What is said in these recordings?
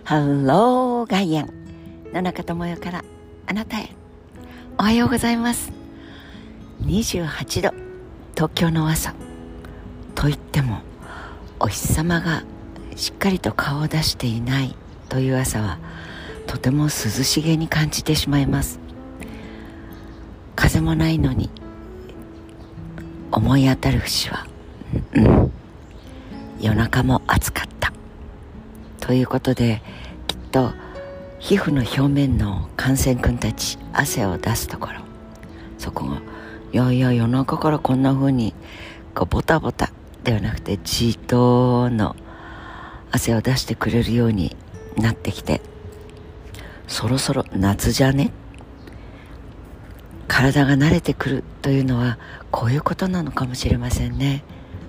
ハローガイアン野中智代からあなたへ。おはようございます。28度、東京の朝といってもお日様がしっかりと顔を出していないという朝はとても涼しげに感じてしまいます。風もないのに思い当たる節は、夜中も暑かったということで、きっと皮膚の表面の汗腺くんたち汗を出すところ、そこが夜中からこんな風にこうボタボタではなくてじーっとの汗を出してくれるようになってきて、そろそろ夏じゃね、体が慣れてくるというのはこういうことなのかもしれませんね。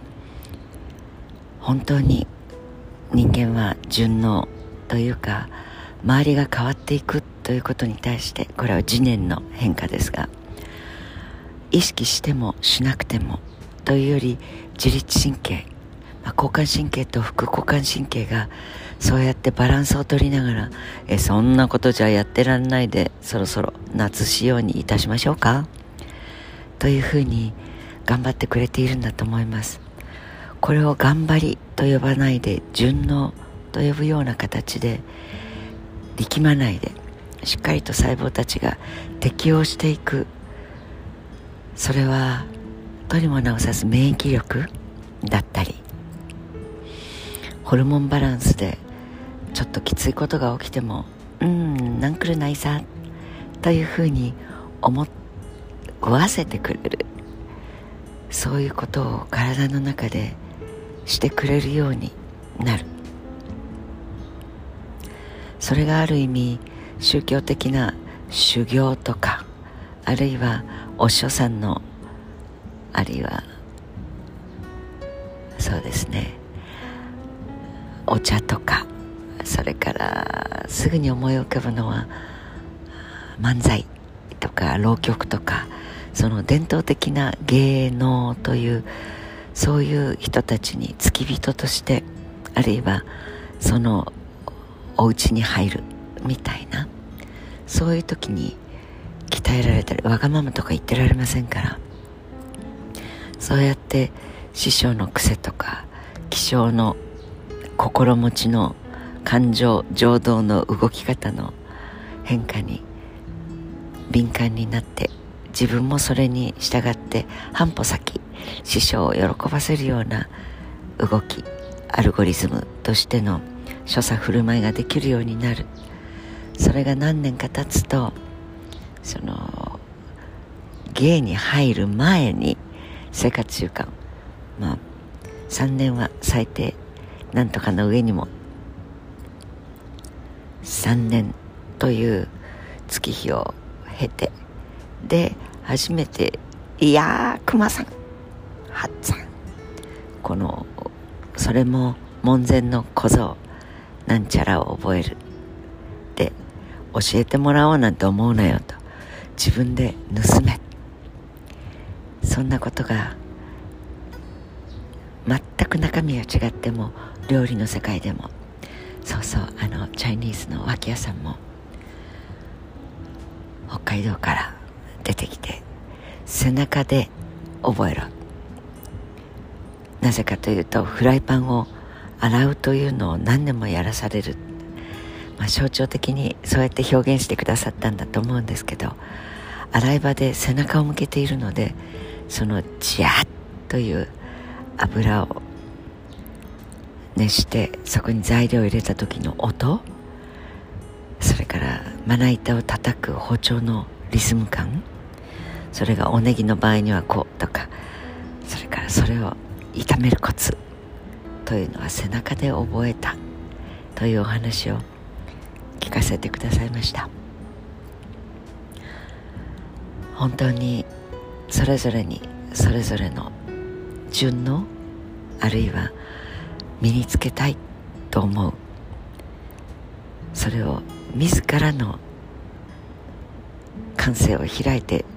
本当に人間は順応というか、周りが変わっていくということに対して、これは次元の変化ですが、意識してもしなくてもというより、自律神経、交感神経と副交感神経がそうやってバランスを取りながら、そんなことじゃやってらんないで、そろそろ夏仕様にいたしましょうかというふうに頑張ってくれているんだと思います。これを頑張りと呼ばないで順応と呼ぶような形で、力まないでしっかりと細胞たちが適応していく、それはとにもなおさず免疫力だったり、ホルモンバランスでちょっときついことが起きてもなんくるないさというふうに思わせてくれる、そういうことを体の中でしてくれるようになる。それがある意味宗教的な修行とか、あるいはお師匠さんの、あるいはそうですね、お茶とか、それからすぐに思い浮かぶのは漫才とか浪曲とか、その伝統的な芸能というそういう人たちに付き人として、あるいはそのお家に入るみたいな、そういう時に鍛えられたり、わがままとか言ってられませんから、そうやって師匠の癖とか気性の心持ちの感情情動の動き方の変化に敏感になって、自分もそれに従って半歩先、師匠を喜ばせるような動き、アルゴリズムとしての所作振る舞いができるようになる。それが何年か経つと、その芸に入る前に生活習慣、3年は最低、なんとかの上にも3年という月日を経て、で初めて、いやー熊さんはっさん、それも門前の小僧なんちゃらを覚えるで、教えてもらおうなんて思うなよと、自分で盗め、そんなことが全く中身は違っても、料理の世界でもチャイニーズの脇屋さんも北海道から出てきて、背中で覚えろ、なぜかというとフライパンを洗うというのを何年もやらされる、象徴的にそうやって表現してくださったんだと思うんですけど、洗い場で背中を向けているので、そのジャーッという油を熱して、そこに材料を入れた時の音、それからまな板を叩く包丁のリズム感、それがおネギの場合にはこうとか、それからそれを炒めるコツというのは背中で覚えたというお話を聞かせてくださいました。本当にそれぞれにそれぞれの順応、あるいは身につけたいと思う、それを自らの感性を開いて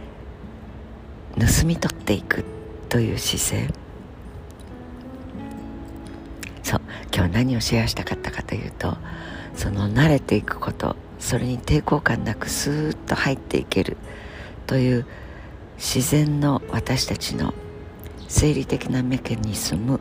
盗み取っていくという姿勢、そう、今日何をシェアしたかったかというと、 その慣れていくこと、それに抵抗感なくスーッと入っていけるという自然の私たちの生理的なメカニズム、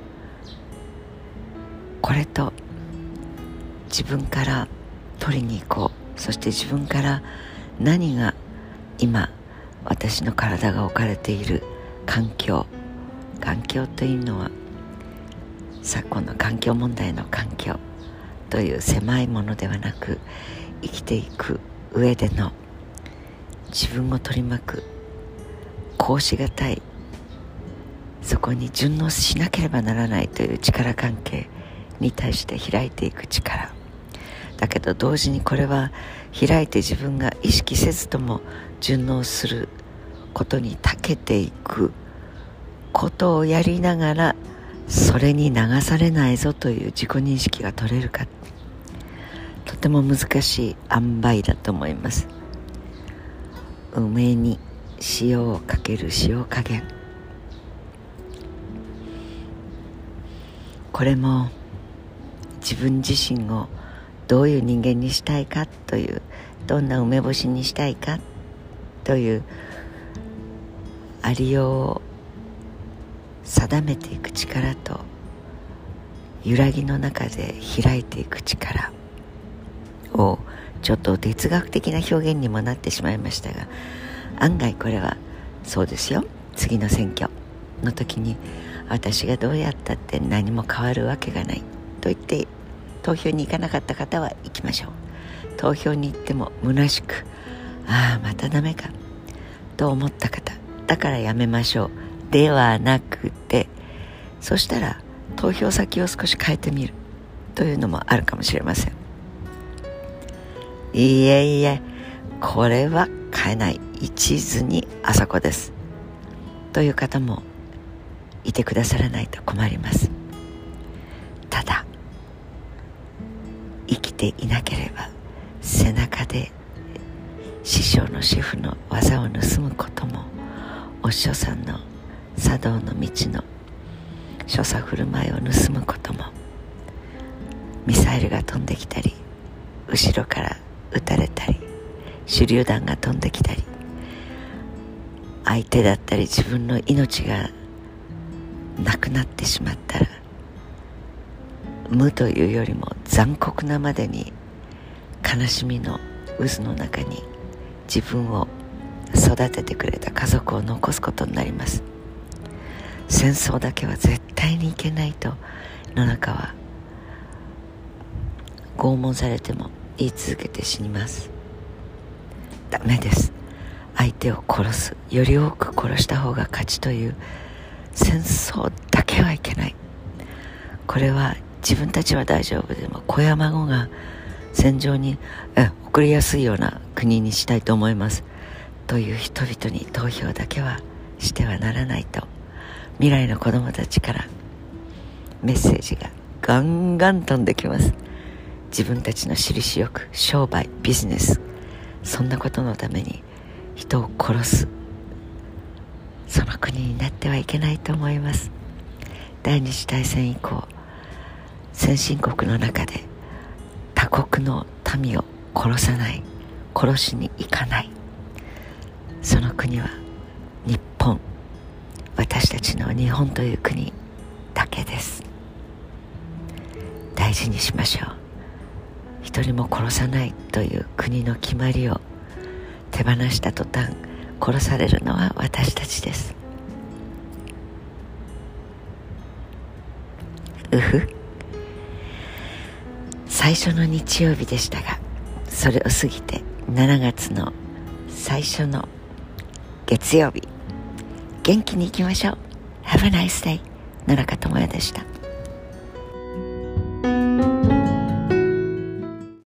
これと自分から取りに行こう。そして自分から何が今私の体が置かれている環境というのは昨今の環境問題の環境という狭いものではなく、生きていく上での自分を取り巻くこうしがたい、そこに順応しなければならないという力関係に対して開いていく力だけど、同時にこれは開いて自分が意識せずとも順応することに長けていくことをやりながら、それに流されないぞという自己認識が取れるか、とても難しい塩梅だと思います。梅に塩をかける塩加減、これも自分自身をどういう人間にしたいかという、どんな梅干しにしたいかというありようを定めていく力と、揺らぎの中で開いていく力を、ちょっと哲学的な表現にもなってしまいましたが、案外これはそうですよ。次の選挙の時に私がどうやったって何も変わるわけがないと言って投票に行かなかった方は行きましょう。投票に行っても虚しく、ああまたダメかと思った方、だからやめましょうではなくて、そしたら投票先を少し変えてみるというのもあるかもしれません。いえいえ、これは変えない、一途にあそこですという方もいてくださらないと困ります。ただ生きていなければ背中で師匠のシェフの技を盗むことも、お師匠さんの茶道の道の所作振る舞いを盗むことも、ミサイルが飛んできたり後ろから撃たれたり手榴弾が飛んできたり、相手だったり自分の命がなくなってしまったら、無というよりも残酷なまでに悲しみの渦の中に自分を育ててくれた家族を残すことになります。戦争だけは絶対にいけないと野中は拷問されても言い続けて死にます。ダメです。相手を殺す、より多く殺した方が勝ちという戦争だけはいけない。これは自分たちは大丈夫でも子や孫が戦場に送りやすいような国にしたいと思いますという人々に投票だけはしてはならないと、未来の子供たちからメッセージがガンガン飛んできます。自分たちの私利私欲、商売、ビジネス、そんなことのために人を殺す、その国になってはいけないと思います。第二次大戦以降、先進国の中で他国の民を殺さない、殺しに行かない、その国は日本、私たちの日本という国だけです。大事にしましょう。一人も殺さないという国の決まりを手放した途端、殺されるのは私たちです。最初の日曜日でしたが、それを過ぎて7月の最初の月曜日、元気にいきましょう。Have a nice day。野中智也でした。